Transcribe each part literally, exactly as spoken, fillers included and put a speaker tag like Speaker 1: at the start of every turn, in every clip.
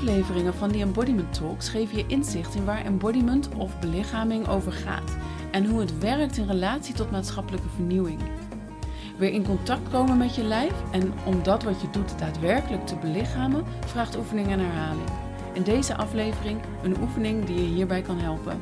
Speaker 1: afleveringen van The Embodiment Talks geven je inzicht in waar embodiment of belichaming over gaat en hoe het werkt in relatie tot maatschappelijke vernieuwing. Weer in contact komen met je lijf en om dat wat je doet daadwerkelijk te belichamen, vraagt oefening en herhaling. In deze aflevering een oefening die je hierbij kan helpen.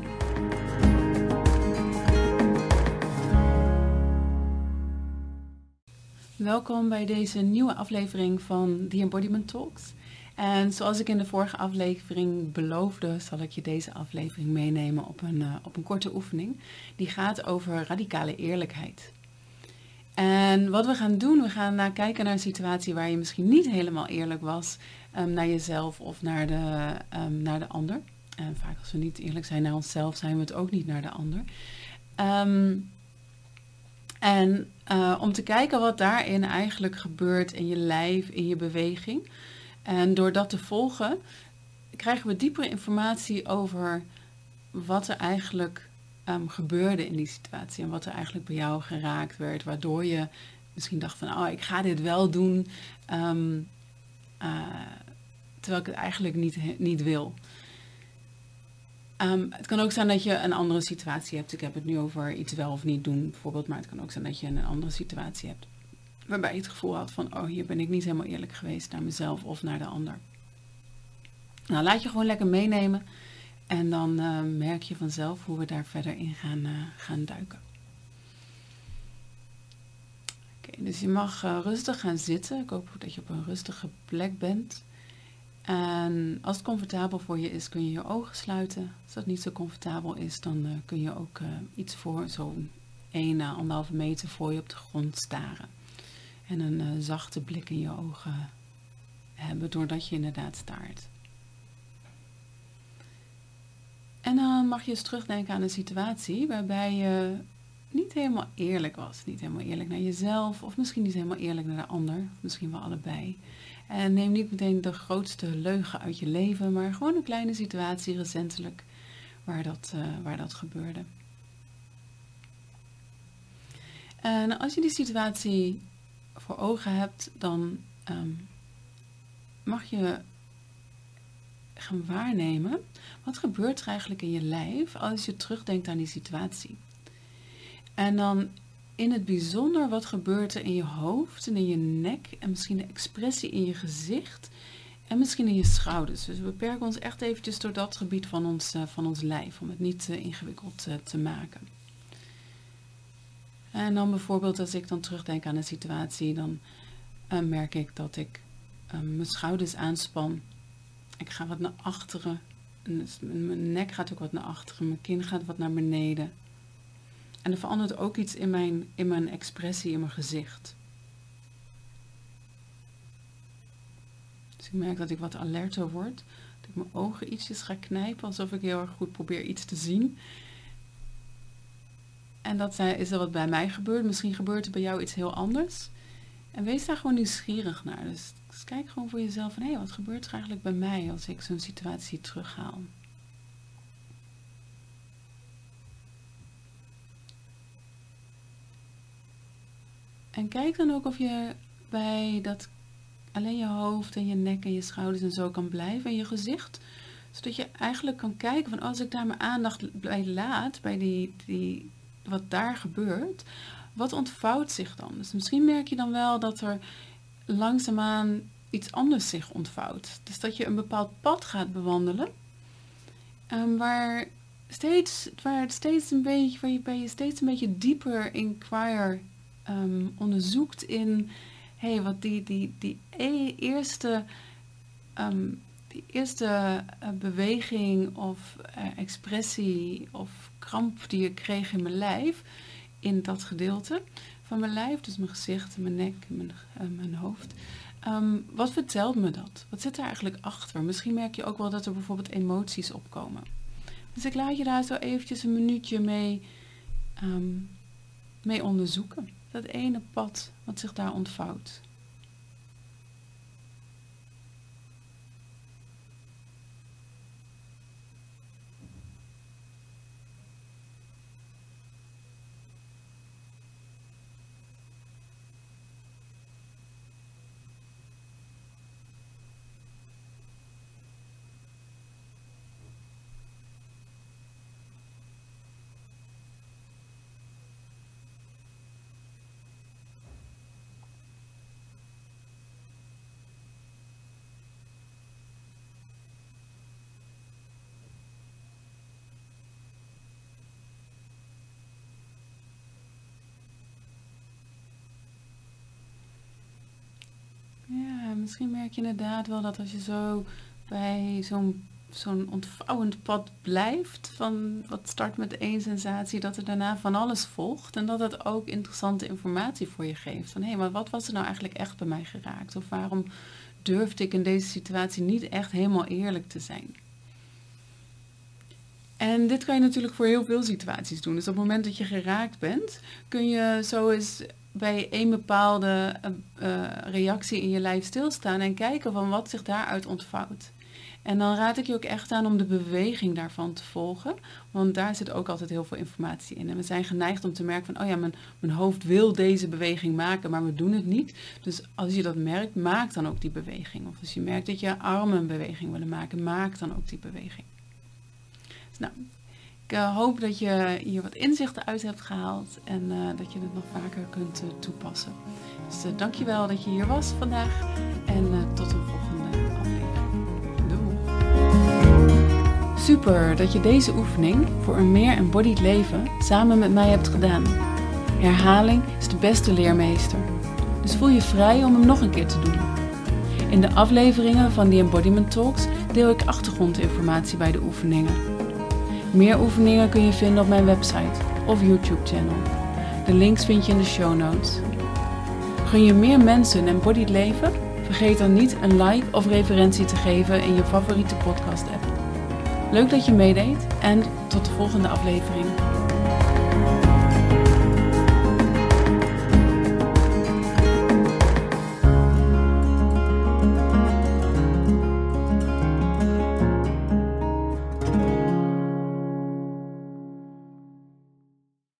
Speaker 1: Welkom bij deze nieuwe aflevering van The Embodiment Talks. En zoals ik in de vorige aflevering beloofde, zal ik je deze aflevering meenemen op een, uh, op een korte oefening. Die gaat over radicale eerlijkheid. En wat we gaan doen, we gaan naar kijken naar een situatie waar je misschien niet helemaal eerlijk was um, naar jezelf of naar de, um, naar de ander. En vaak als we niet eerlijk zijn naar onszelf, zijn we het ook niet naar de ander. Um, en uh, om te kijken wat daarin eigenlijk gebeurt in je lijf, in je beweging. En door dat te volgen, krijgen we diepere informatie over wat er eigenlijk um, gebeurde in die situatie. En wat er eigenlijk bij jou geraakt werd. Waardoor je misschien dacht van, oh, ik ga dit wel doen. Um, uh, terwijl ik het eigenlijk niet, niet wil. Um, het kan ook zijn dat je een andere situatie hebt. Ik heb het nu over iets wel of niet doen bijvoorbeeld. Maar het kan ook zijn dat je een andere situatie hebt. Waarbij je het gevoel had van, oh, hier ben ik niet helemaal eerlijk geweest naar mezelf of naar de ander. Nou, laat je gewoon lekker meenemen. En dan uh, merk je vanzelf hoe we daar verder in gaan, uh, gaan duiken. Oké, okay, dus je mag uh, rustig gaan zitten. Ik hoop dat je op een rustige plek bent. En als het comfortabel voor je is, kun je je ogen sluiten. Als dat niet zo comfortabel is, dan uh, kun je ook uh, iets voor zo'n één à anderhalve meter voor je op de grond staren. En een uh, zachte blik in je ogen hebben, doordat je inderdaad staart. En dan mag je eens terugdenken aan een situatie waarbij je niet helemaal eerlijk was. Niet helemaal eerlijk naar jezelf, of misschien niet helemaal eerlijk naar de ander. Of misschien wel allebei. En neem niet meteen de grootste leugen uit je leven, maar gewoon een kleine situatie recentelijk waar dat, uh, waar dat gebeurde. En als je die situatie voor ogen hebt, dan um, mag je gaan waarnemen, wat gebeurt er eigenlijk in je lijf als je terugdenkt aan die situatie. En dan in het bijzonder, wat gebeurt er in je hoofd en in je nek en misschien de expressie in je gezicht en misschien in je schouders. Dus we beperken ons echt eventjes door dat gebied van ons, uh, van ons lijf, om het niet uh, ingewikkeld uh, te maken. En dan bijvoorbeeld als ik dan terugdenk aan een situatie, dan uh, merk ik dat ik uh, mijn schouders aanspan. Ik ga wat naar achteren. Dus mijn nek gaat ook wat naar achteren. Mijn kin gaat wat naar beneden. En er verandert ook iets in mijn, in mijn expressie, in mijn gezicht. Dus ik merk dat ik wat alerter word. Dat ik mijn ogen ietsjes ga knijpen, alsof ik heel erg goed probeer iets te zien. En dat is er wat bij mij gebeurt. Misschien gebeurt er bij jou iets heel anders. En wees daar gewoon nieuwsgierig naar. Dus, dus kijk gewoon voor jezelf van, hé, hey, wat gebeurt er eigenlijk bij mij als ik zo'n situatie terughaal? En kijk dan ook of je bij dat alleen je hoofd en je nek en je schouders en zo kan blijven en je gezicht. Zodat je eigenlijk kan kijken van, als ik daar mijn aandacht bij laat, bij die, die, wat daar gebeurt, wat ontvouwt zich dan? Dus misschien merk je dan wel dat er langzaamaan iets anders zich ontvouwt. Dus dat je een bepaald pad gaat bewandelen. Um, waar, steeds, waar het steeds een beetje, waar je, waar je steeds een beetje dieper inquire um, onderzoekt in, hé, hey, wat die, die, die e- eerste, um, die eerste uh, beweging of uh, expressie of kramp die ik kreeg in mijn lijf, in dat gedeelte van mijn lijf, dus mijn gezicht, mijn nek, mijn, uh, mijn hoofd. Um, wat vertelt me dat? Wat zit er eigenlijk achter? Misschien merk je ook wel dat er bijvoorbeeld emoties opkomen. Dus ik laat je daar zo eventjes een minuutje mee, um, mee onderzoeken. Dat ene pad wat zich daar ontvouwt. misschien merk je inderdaad wel dat als je zo bij zo'n, zo'n ontvouwend pad blijft, van wat start met één sensatie, dat er daarna van alles volgt. En dat het ook interessante informatie voor je geeft. Van hé, hey, maar wat was er nou eigenlijk echt bij mij geraakt? Of waarom durfde ik in deze situatie niet echt helemaal eerlijk te zijn? En dit kan je natuurlijk voor heel veel situaties doen. Dus op het moment dat je geraakt bent, kun je zo eens bij één bepaalde uh, reactie in je lijf stilstaan en kijken van wat zich daaruit ontvouwt. En dan raad ik je ook echt aan om de beweging daarvan te volgen, want daar zit ook altijd heel veel informatie in. En we zijn geneigd om te merken van, oh ja, mijn, mijn hoofd wil deze beweging maken, maar we doen het niet. Dus als je dat merkt, maak dan ook die beweging. Of als je merkt dat je armen een beweging willen maken, maak dan ook die beweging. Dus nou, ik uh, hoop dat je hier wat inzichten uit hebt gehaald en uh, dat je het nog vaker kunt uh, toepassen. Dus uh, dankjewel dat je hier was vandaag en uh, tot een volgende aflevering. Doei! Super dat je deze oefening voor een meer embodied leven samen met mij hebt gedaan. Herhaling is de beste leermeester. Dus voel je vrij om hem nog een keer te doen. In de afleveringen van The Embodiment Talks deel ik achtergrondinformatie bij de oefeningen. Meer oefeningen kun je vinden op mijn website of YouTube-channel. De links vind je in de show notes. Gun je meer mensen een embodied leven? Vergeet dan niet een like of referentie te geven in je favoriete podcast-app. Leuk dat je meedeed en tot de volgende aflevering.